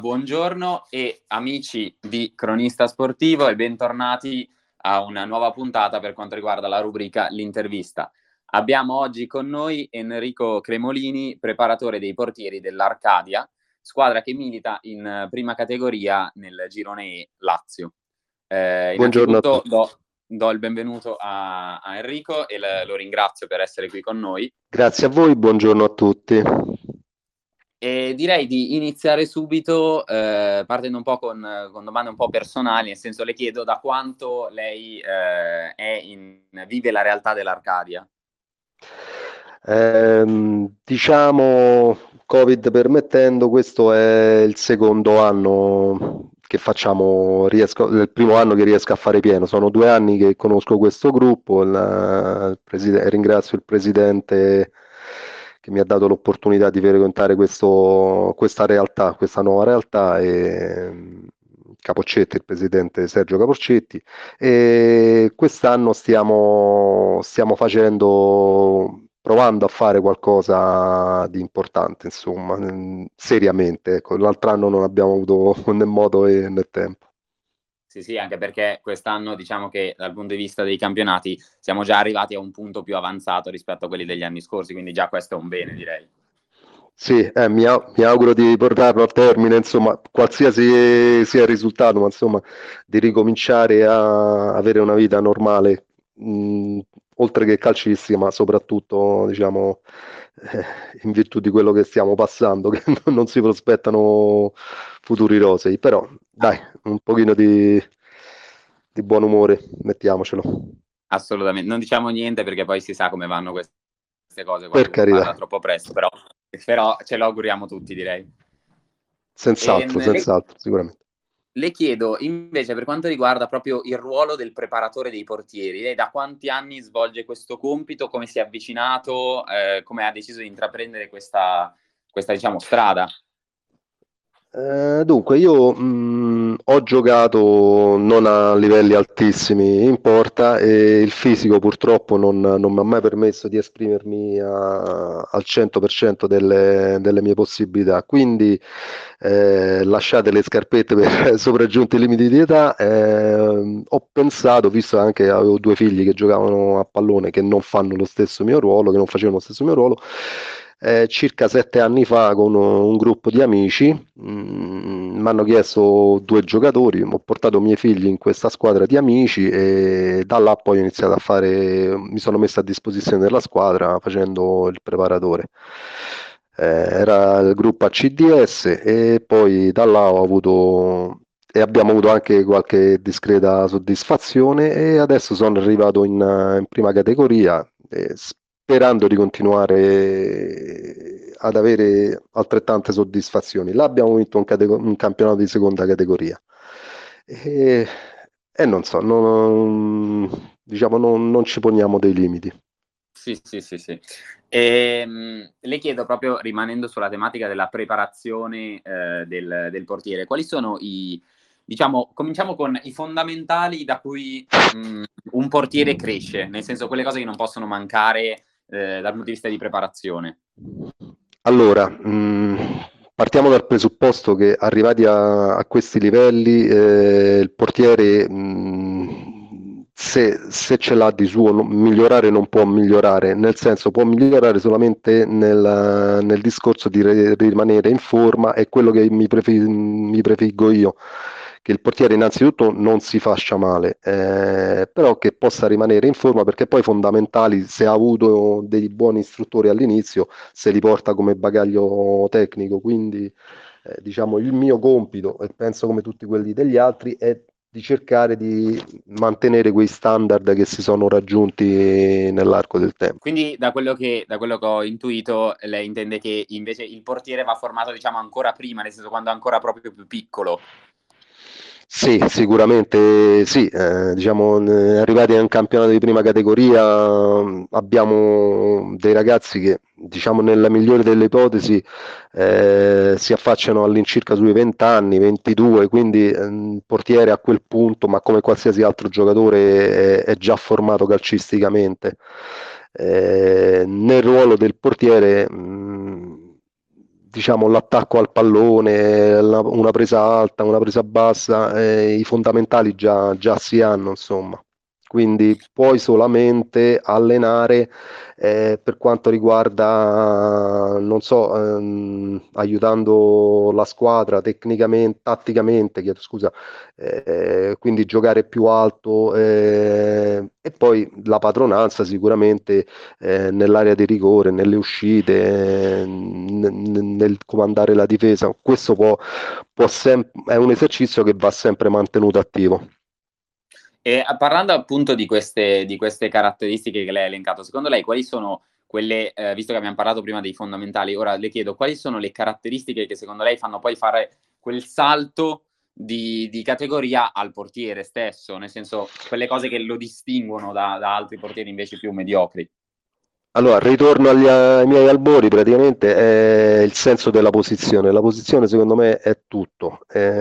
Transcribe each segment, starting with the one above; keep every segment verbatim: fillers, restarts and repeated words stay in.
Buongiorno e amici di Cronista Sportivo e bentornati a una nuova puntata per quanto riguarda la rubrica L'intervista. Abbiamo oggi con noi Enrico Cremolini, preparatore dei portieri dell'Arcadia, squadra che milita in prima categoria nel girone Lazio. Eh, Buongiorno a innanzitutto tutti. do, do il benvenuto a, a Enrico e le, lo ringrazio per essere qui con noi. Grazie a voi, buongiorno a tutti. E direi di iniziare subito, eh, partendo un po' con, con domande un po' personali, nel senso le chiedo da quanto lei eh, è in, vive la realtà dell'Arcadia. Eh, diciamo, Covid permettendo, questo è il secondo anno che facciamo, riesco, il primo anno che riesco a fare pieno. Sono due anni che conosco questo gruppo, il, il preside- ringrazio il presidente che mi ha dato l'opportunità di frequentare questo, questa realtà, questa nuova realtà, e Capoccetti, il presidente Sergio Capoccetti, e quest'anno stiamo, stiamo facendo, provando a fare qualcosa di importante, insomma, mm, seriamente. Ecco, l'altro anno non abbiamo avuto né modo e né tempo. Sì, sì, anche perché quest'anno diciamo che dal punto di vista dei campionati siamo già arrivati a un punto più avanzato rispetto a quelli degli anni scorsi, quindi già questo è un bene, direi. Sì, eh, mi, au- mi auguro di portarlo a termine, insomma, qualsiasi sia il risultato, ma insomma, di ricominciare a avere una vita normale, mh, oltre che calcistica, ma soprattutto, diciamo, eh, in virtù di quello che stiamo passando, che non non si prospettano futuri rosei, però dai, un pochino di, di buon umore, mettiamocelo. Assolutamente, non diciamo niente perché poi si sa come vanno queste cose Per quando uno parla carità, troppo presto, però, però ce lo auguriamo tutti, direi. E, senz'altro, le, senz'altro, sicuramente. Le chiedo invece per quanto riguarda proprio il ruolo del preparatore dei portieri, lei da quanti anni svolge questo compito, come si è avvicinato, eh, come ha deciso di intraprendere questa, questa diciamo, strada? Eh, dunque, io mh, ho giocato non a livelli altissimi in porta, e il fisico purtroppo non, non mi ha mai permesso di esprimermi a- al cento per cento delle, delle mie possibilità. Quindi, eh, lasciate le scarpette per sopraggiunti i limiti di età, ehm, ho pensato, visto che anche avevo due figli che giocavano a pallone, che non fanno lo stesso mio ruolo, che non facevano lo stesso mio ruolo, eh, circa sette anni fa, con un gruppo di amici, mi hanno chiesto due giocatori, ho portato i miei figli in questa squadra di amici, e da là poi ho iniziato a fare, mi sono messo a disposizione della squadra facendo il preparatore. Eh, era il gruppo A C D S, e poi da là ho avuto e abbiamo avuto anche qualche discreta soddisfazione, e adesso sono arrivato in, in prima categoria, eh, sperando di continuare ad avere altrettante soddisfazioni. Là abbiamo vinto un, catego- un campionato di seconda categoria, e, e non so, non, diciamo, non, non ci poniamo dei limiti. Sì, sì, sì, sì. E, mh, le chiedo proprio rimanendo sulla tematica della preparazione eh, del, del portiere, quali sono i, diciamo, cominciamo con i fondamentali da cui mh, un portiere cresce, nel senso quelle cose che non possono mancare eh, dal punto di vista di preparazione. Allora, mh, partiamo dal presupposto che arrivati a, a questi livelli, eh, il portiere, mh, se, se ce l'ha di suo, non- migliorare non può migliorare, nel senso può migliorare solamente nel, nel discorso di re- rimanere in forma. È quello che mi, prefi- mi prefiggo io, che il portiere innanzitutto non si faccia male, eh, però che possa rimanere in forma, perché poi fondamentali, se ha avuto dei buoni istruttori all'inizio, se li porta come bagaglio tecnico. Quindi, eh, diciamo, il mio compito, e penso come tutti quelli degli altri, è di cercare di mantenere quei standard che si sono raggiunti nell'arco del tempo. Quindi da quello che, da quello che ho intuito, lei intende che invece il portiere va formato, diciamo, ancora prima, nel senso quando è ancora proprio più piccolo. Sì, sicuramente sì, eh, diciamo, eh, arrivati a un campionato di prima categoria, mh, abbiamo dei ragazzi che, diciamo, nella migliore delle ipotesi, eh, si affacciano all'incirca sui venti anni, ventidue, quindi eh, il portiere a quel punto, ma come qualsiasi altro giocatore, è, è già formato calcisticamente. Eh, nel ruolo del portiere, mh, diciamo, l'attacco al pallone, la- una presa alta, una presa bassa, eh, i fondamentali già, già si hanno, insomma. Quindi puoi solamente allenare eh, per quanto riguarda, non so, ehm, aiutando la squadra tecnicamente, tatticamente, chiedo scusa, eh, quindi giocare più alto eh, e poi la padronanza sicuramente eh, nell'area di rigore, nelle uscite, eh, n- nel comandare la difesa. Questo può, può sem- è un esercizio che va sempre mantenuto attivo. E eh, parlando appunto di queste, di queste caratteristiche che lei ha elencato, secondo lei quali sono quelle, eh, visto che abbiamo parlato prima dei fondamentali, ora le chiedo quali sono le caratteristiche che secondo lei fanno poi fare quel salto di, di categoria al portiere stesso, nel senso quelle cose che lo distinguono da, da altri portieri invece più mediocri. Allora, ritorno agli, ai miei albori, praticamente è il senso della posizione. La posizione secondo me è tutto.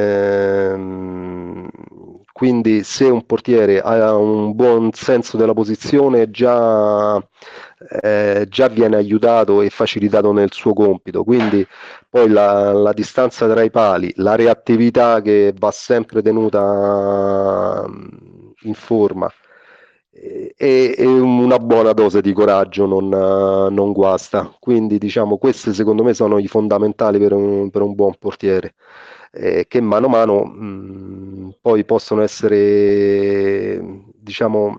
Ehm, quindi se un portiere ha un buon senso della posizione già, eh, già viene aiutato e facilitato nel suo compito. Quindi poi la, la distanza tra i pali, la reattività che va sempre tenuta mm, in forma e, e una buona dose di coraggio non, eh, non guasta. Quindi, diciamo, questi secondo me sono i fondamentali per un, per un buon portiere, eh, che mano a mano mh, poi possono essere, diciamo,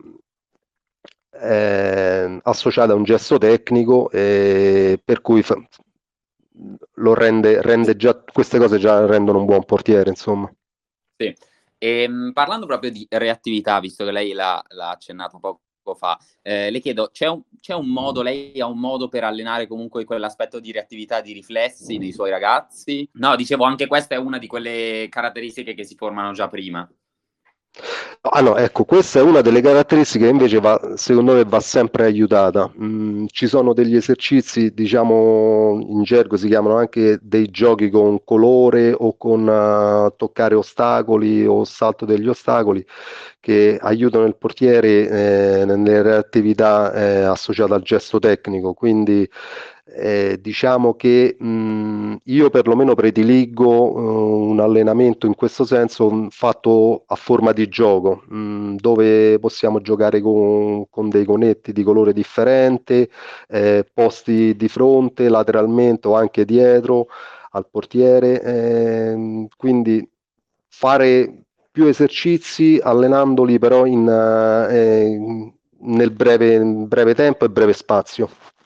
eh, associate a un gesto tecnico, eh, per cui fa- lo rende, rende già, queste cose già rendono un buon portiere, insomma. Sì. E, mh, parlando proprio di reattività, visto che lei l'ha, l'ha accennato poco fa, eh, le chiedo, c'è un, c'è un modo, lei ha un modo per allenare comunque quell'aspetto di reattività, di riflessi nei suoi ragazzi? No, dicevo, anche questa è una di quelle caratteristiche che si formano già prima. Ah no, ecco, questa è una delle caratteristiche che invece va, secondo me va sempre aiutata. Mm, ci sono degli esercizi, diciamo, in gergo si chiamano anche dei giochi con colore o con eh, toccare ostacoli o salto degli ostacoli che aiutano il portiere eh, nelle attività eh, associate al gesto tecnico. Quindi eh, diciamo che mh, io perlomeno prediligo eh, un allenamento in questo senso mh, fatto a forma di gioco, mh, dove possiamo giocare con, con dei conetti di colore differente, eh, posti di fronte, lateralmente o anche dietro al portiere. Ehm, quindi fare più esercizi allenandoli però in, eh, nel breve, breve tempo e breve spazio.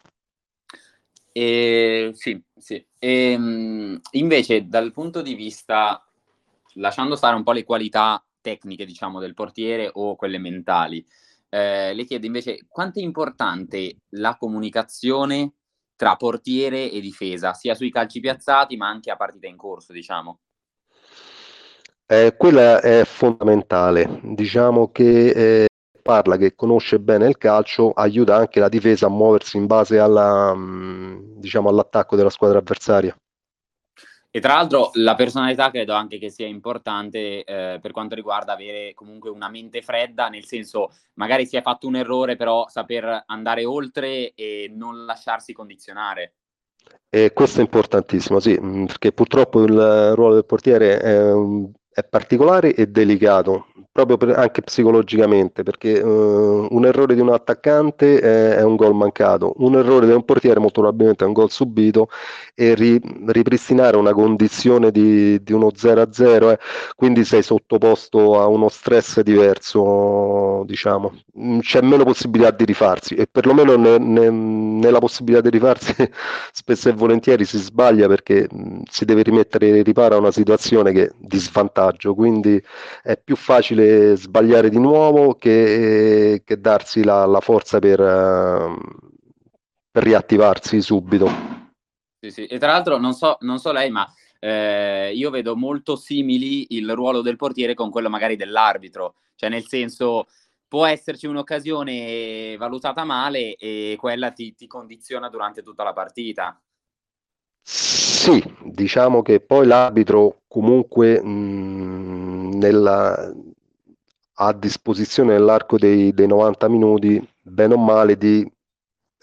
E, sì, sì. E, mh, invece, dal punto di vista, lasciando stare un po' le qualità tecniche, diciamo, del portiere o quelle mentali, eh, le chiedo invece quanto è importante la comunicazione tra portiere e difesa, sia sui calci piazzati, ma anche a partita in corso, diciamo. Eh, quella è fondamentale, diciamo che eh, parla che conosce bene il calcio, aiuta anche la difesa a muoversi in base alla, mh, diciamo, all'attacco della squadra avversaria. E tra l'altro la personalità credo anche che sia importante eh, per quanto riguarda avere comunque una mente fredda, nel senso magari si è fatto un errore, però saper andare oltre e non lasciarsi condizionare. E questo è importantissimo, sì, mh, perché purtroppo il ruolo del portiere è, un- è particolare e delicato, proprio per- anche psicologicamente, perché eh, un errore di un attaccante è, è un gol mancato, un errore di un portiere molto probabilmente è un gol subito e ri- ripristinare una condizione di, di uno zero a zero, eh, quindi sei sottoposto a uno stress diverso, diciamo. Mm, c'è meno possibilità di rifarsi e perlomeno ne- ne- nella possibilità di rifarsi spesso e volentieri si sbaglia perché mh, si deve rimettere in riparo a una situazione che è di svantaggio, quindi è più facile sbagliare di nuovo che, che darsi la, la forza per, eh, per riattivarsi subito. Sì, sì. E tra l'altro non so, non so lei, ma eh, io vedo molto simili il ruolo del portiere con quello magari dell'arbitro, cioè nel senso può esserci un'occasione valutata male e quella ti, ti condiziona durante tutta la partita. Sì, diciamo che poi l'arbitro comunque mh, nella- ha a disposizione nell'arco dei, dei novanta minuti, bene o male, di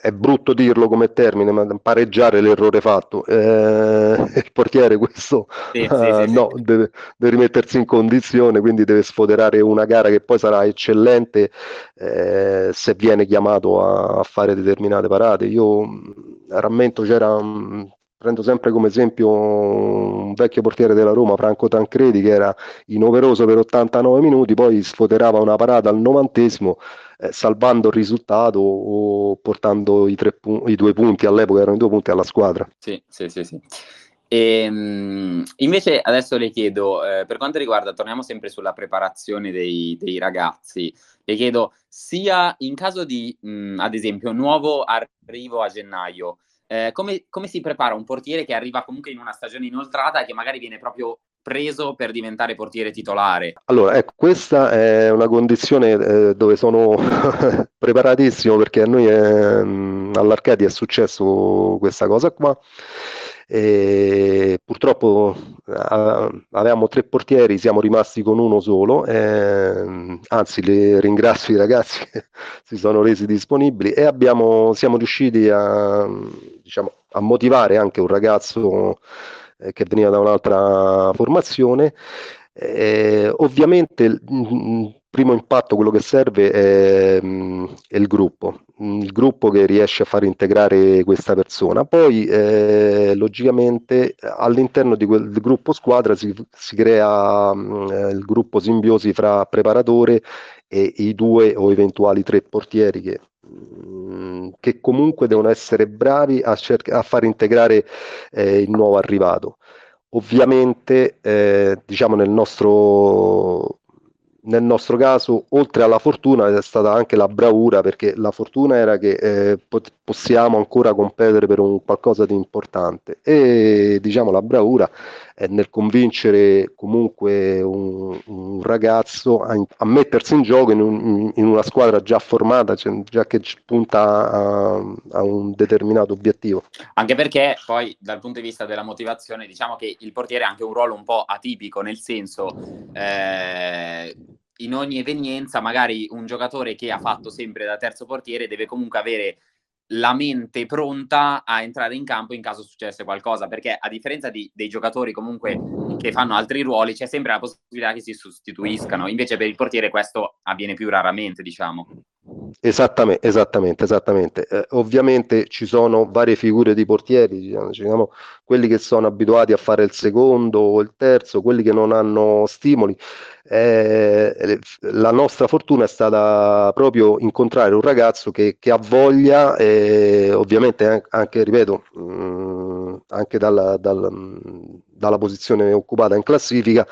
è brutto dirlo come termine, ma pareggiare l'errore fatto. Eh, il portiere questo Sì, sì, eh, sì, sì. no, deve, deve rimettersi in condizione, quindi deve sfoderare una gara che poi sarà eccellente eh, se viene chiamato a, a fare determinate parate. Io mh, rammento c'era, mh, prendo sempre come esempio un vecchio portiere della Roma, Franco Tancredi, che era inoperoso per ottantanove minuti, poi sfoderava una parata al novantesimo, eh, salvando il risultato o portando i, tre pu- i due punti, all'epoca erano i due punti alla squadra. Sì, sì, sì, sì. E, mh, invece adesso le chiedo, eh, per quanto riguarda, torniamo sempre sulla preparazione dei, dei ragazzi, le chiedo sia in caso di, mh, ad esempio, nuovo arrivo a gennaio, eh, come, come si prepara un portiere che arriva comunque in una stagione inoltrata e che magari viene proprio preso per diventare portiere titolare? Allora, ecco, questa è una condizione eh, dove sono preparatissimo perché a noi ehm, all'Arcadia è successo questa cosa qua. E purtroppo eh, avevamo tre portieri, siamo rimasti con uno solo, ehm, anzi le ringrazio i ragazzi che si sono resi disponibili e abbiamo, siamo riusciti a, diciamo, a motivare anche un ragazzo eh, che veniva da un'altra formazione. Eh, ovviamente il il primo impatto, quello che serve è, mm, è il gruppo, il gruppo che riesce a far integrare questa persona. Poi, eh, logicamente, all'interno di quel gruppo squadra si, si crea mm, eh, il gruppo simbiosi fra preparatore e i due o eventuali tre portieri che, mm, che comunque Sì. devono essere bravi a, cerca- a far integrare eh, il nuovo arrivato. Ovviamente, eh, diciamo nel nostro, nel nostro caso, oltre alla fortuna, è stata anche la bravura, perché la fortuna era che eh, pot- possiamo ancora competere per un qualcosa di importante e diciamo la bravura è nel convincere comunque un, un ragazzo a, a mettersi in gioco in, un- in una squadra già formata, cioè, già che punta a, a un determinato obiettivo. Anche perché poi dal punto di vista della motivazione diciamo che il portiere ha anche un ruolo un po' atipico, nel senso eh, in ogni evenienza magari un giocatore che ha fatto sempre da terzo portiere deve comunque avere la mente pronta a entrare in campo in caso successe qualcosa, perché a differenza di, dei giocatori comunque che fanno altri ruoli c'è sempre la possibilità che si sostituiscano, invece per il portiere questo avviene più raramente, diciamo. Esattamente, esattamente, esattamente. Eh, ovviamente ci sono varie figure di portieri, diciamo, diciamo, quelli che sono abituati a fare il secondo o il terzo, quelli che non hanno stimoli. Eh, la nostra fortuna è stata proprio incontrare un ragazzo che, che ha voglia, e ovviamente anche, ripeto, mh, anche dalla, dal, mh, dalla posizione occupata in classifica,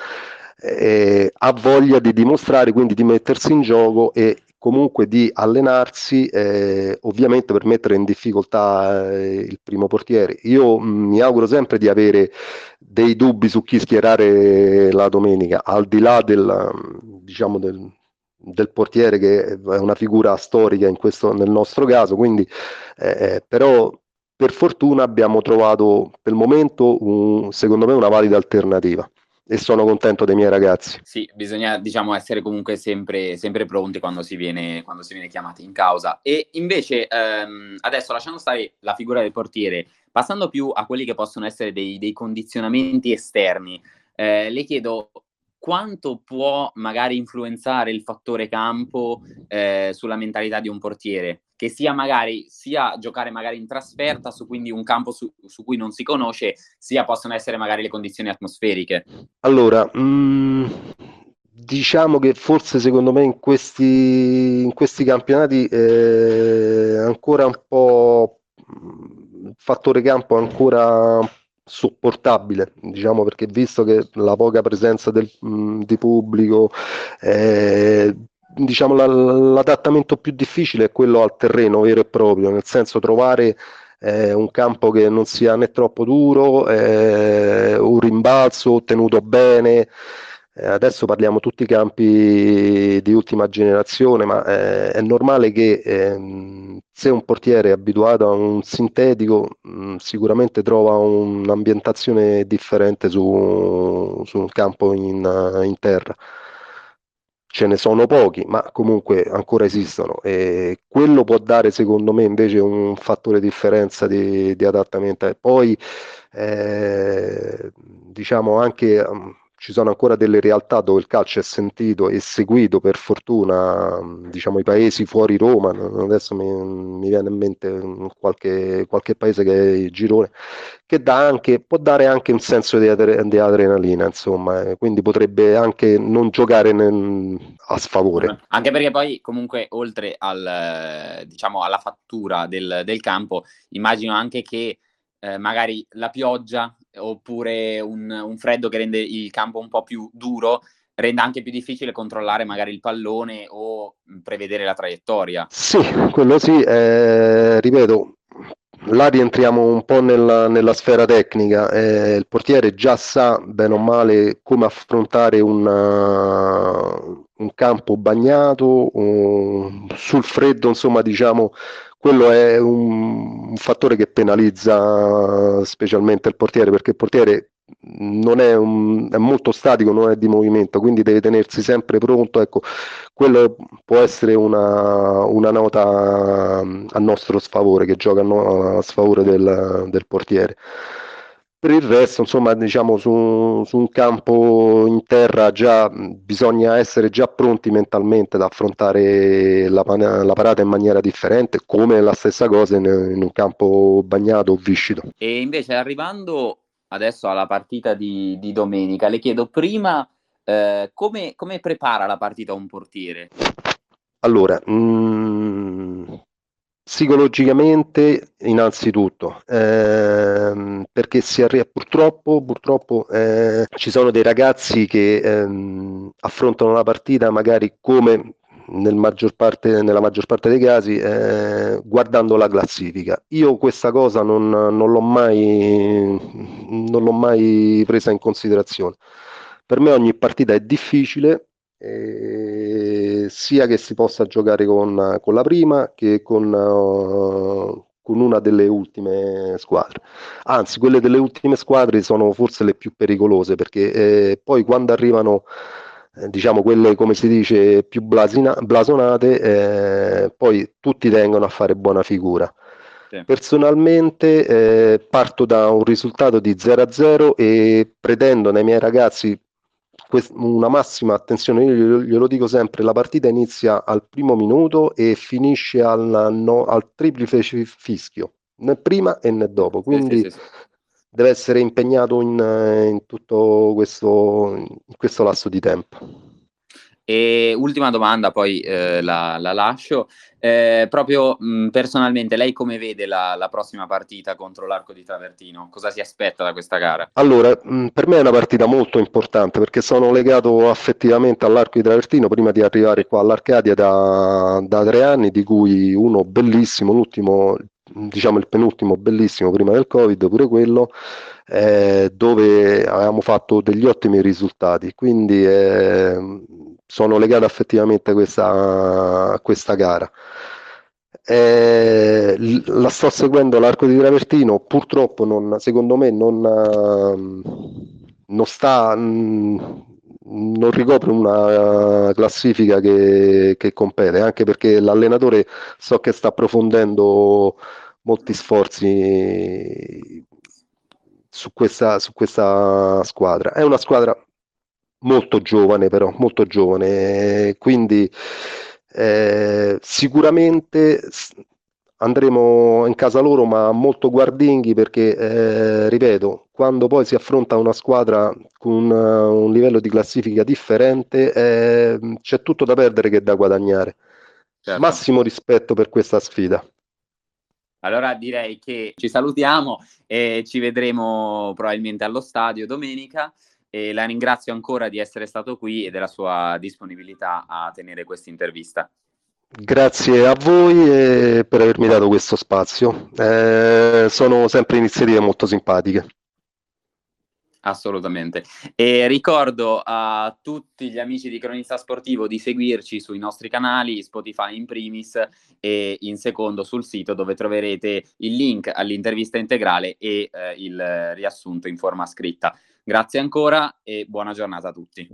eh, ha voglia di dimostrare, quindi di mettersi in gioco e comunque di allenarsi, eh, ovviamente per mettere in difficoltà eh, il primo portiere. Io mh, mi auguro sempre di avere dei dubbi su chi schierare la domenica, al di là del, diciamo del, del portiere che è una figura storica in questo, nel nostro caso, quindi eh, però per fortuna abbiamo trovato per il momento un, secondo me una valida alternativa e sono contento dei miei ragazzi. Sì, bisogna diciamo essere comunque sempre, sempre pronti quando si viene, quando si viene chiamati in causa. E invece ehm, adesso lasciando stare la figura del portiere, passando più a quelli che possono essere dei, dei condizionamenti esterni, eh, le chiedo quanto può magari influenzare il fattore campo eh, sulla mentalità di un portiere, che sia magari sia giocare magari in trasferta, su quindi un campo su, su cui non si conosce, sia possono essere magari le condizioni atmosferiche. Allora, mh, diciamo che forse secondo me in questi, in questi campionati è ancora un po' mh, il fattore campo è ancora sopportabile, diciamo perché visto che la poca presenza del, mh, di pubblico, eh, diciamo la- l'adattamento più difficile è quello al terreno vero e proprio, nel senso trovare eh, un campo che non sia né troppo duro, eh, un rimbalzo tenuto bene. Eh, adesso parliamo tutti campi di ultima generazione, ma eh, è normale che ehm, se un portiere è abituato a un sintetico, mh, sicuramente trova un'ambientazione differente su, su un campo in, in terra. ce ne sono pochi, ma comunque ancora esistono, e quello può dare secondo me invece un fattore di differenza di, di adattamento. E poi eh, diciamo anche um, ci sono ancora delle realtà dove il calcio è sentito e seguito, per fortuna, um, diciamo i paesi fuori Roma, no? Adesso mi, mi viene in mente um, qualche, qualche paese che è il girone, che dà anche, può dare anche un senso di, adre- di adrenalina, insomma, eh, quindi potrebbe anche non giocare nel- a sfavore. Anche perché poi comunque oltre al, eh, diciamo, alla fattura del, del campo, immagino anche che eh, magari la pioggia oppure un, un freddo che rende il campo un po' più duro renda anche più difficile controllare magari il pallone o prevedere la traiettoria. Sì, quello sì, eh, ripeto, là rientriamo un po' nella, nella sfera tecnica. Eh, il portiere già sa bene o male come affrontare una- un campo bagnato, un- sul freddo, insomma, diciamo, quello è un, un fattore che penalizza specialmente il portiere, perché il portiere non è, un- è molto statico, non è di movimento, quindi deve tenersi sempre pronto. Ecco, quello può essere una, una nota mm, a nostro sfavore, che gioca a, no- a sfavore del, del portiere. Per il resto, insomma, diciamo su, su un campo in terra già mh, bisogna essere già pronti mentalmente ad affrontare la, pana- la parata in maniera differente, come la stessa cosa in, in un campo bagnato o viscido. E invece arrivando adesso alla partita di, di domenica, le chiedo prima eh, come, come prepara la partita un portiere? Allora, mh, psicologicamente innanzitutto, ehm, perché si arri- purtroppo, purtroppo eh, ci sono dei ragazzi che ehm, affrontano la partita magari come nel maggior parte, nella maggior parte dei casi eh, guardando la classifica. Io questa cosa non, non l'ho mai, non l'ho mai presa in considerazione. Per me ogni partita è difficile, eh, sia che si possa giocare con, con la prima che con, uh, con una delle ultime squadre. Anzi, quelle delle ultime squadre sono forse le più pericolose, perché eh, poi quando arrivano, eh, diciamo, quelle come si dice più blasina- blasonate, eh, poi tutti tengono a fare buona figura. Sì. Personalmente eh, parto da un risultato di zero a zero e pretendo dai miei ragazzi quest- una massima attenzione. Io glielo, glielo dico sempre: la partita inizia al primo minuto e finisce al, no- al triplice fi- fischio, né prima e né dopo, Sì, sì, quindi sì, sì. deve essere impegnato in, eh, in tutto questo, in questo lasso di tempo. E ultima domanda, poi eh, la, la lascio. Eh, proprio mh, personalmente, lei come vede la, la prossima partita contro l'Arco di Travertino? Cosa si aspetta da questa gara? Allora, mh, per me è una partita molto importante, perché sono legato affettivamente all'Arco di Travertino prima di arrivare qua all'Arcadia da, da tre anni, di cui uno bellissimo, l'ultimo, diciamo il penultimo bellissimo prima del Covid, pure quello, eh, dove avevamo fatto degli ottimi risultati. Quindi eh, sono legato affettivamente a questa, a questa gara. Eh, l- la sto seguendo l'Arco di Travertino, purtroppo non, secondo me non, ehm, non sta, mh, non ricopre una eh, classifica che, che compete, anche perché l'allenatore so che sta approfondendo molti sforzi su questa, su questa squadra. È una squadra molto giovane, però molto giovane, quindi eh, sicuramente s- andremo in casa loro, ma molto guardinghi, perché eh, ripeto, quando poi si affronta una squadra con uh, un livello di classifica differente, eh, c'è tutto da perdere che da guadagnare. Certo. Massimo rispetto per questa sfida. Allora direi che ci salutiamo e ci vedremo probabilmente allo stadio domenica. E la ringrazio ancora di essere stato qui e della sua disponibilità a tenere questa intervista. Grazie a voi eh, per avermi dato questo spazio. Eh, sono sempre iniziative molto simpatiche. Assolutamente. E ricordo a tutti gli amici di Cronista Sportivo di seguirci sui nostri canali, Spotify in primis e in secondo sul sito, dove troverete il link all'intervista integrale e eh, il riassunto in forma scritta. Grazie ancora e buona giornata a tutti.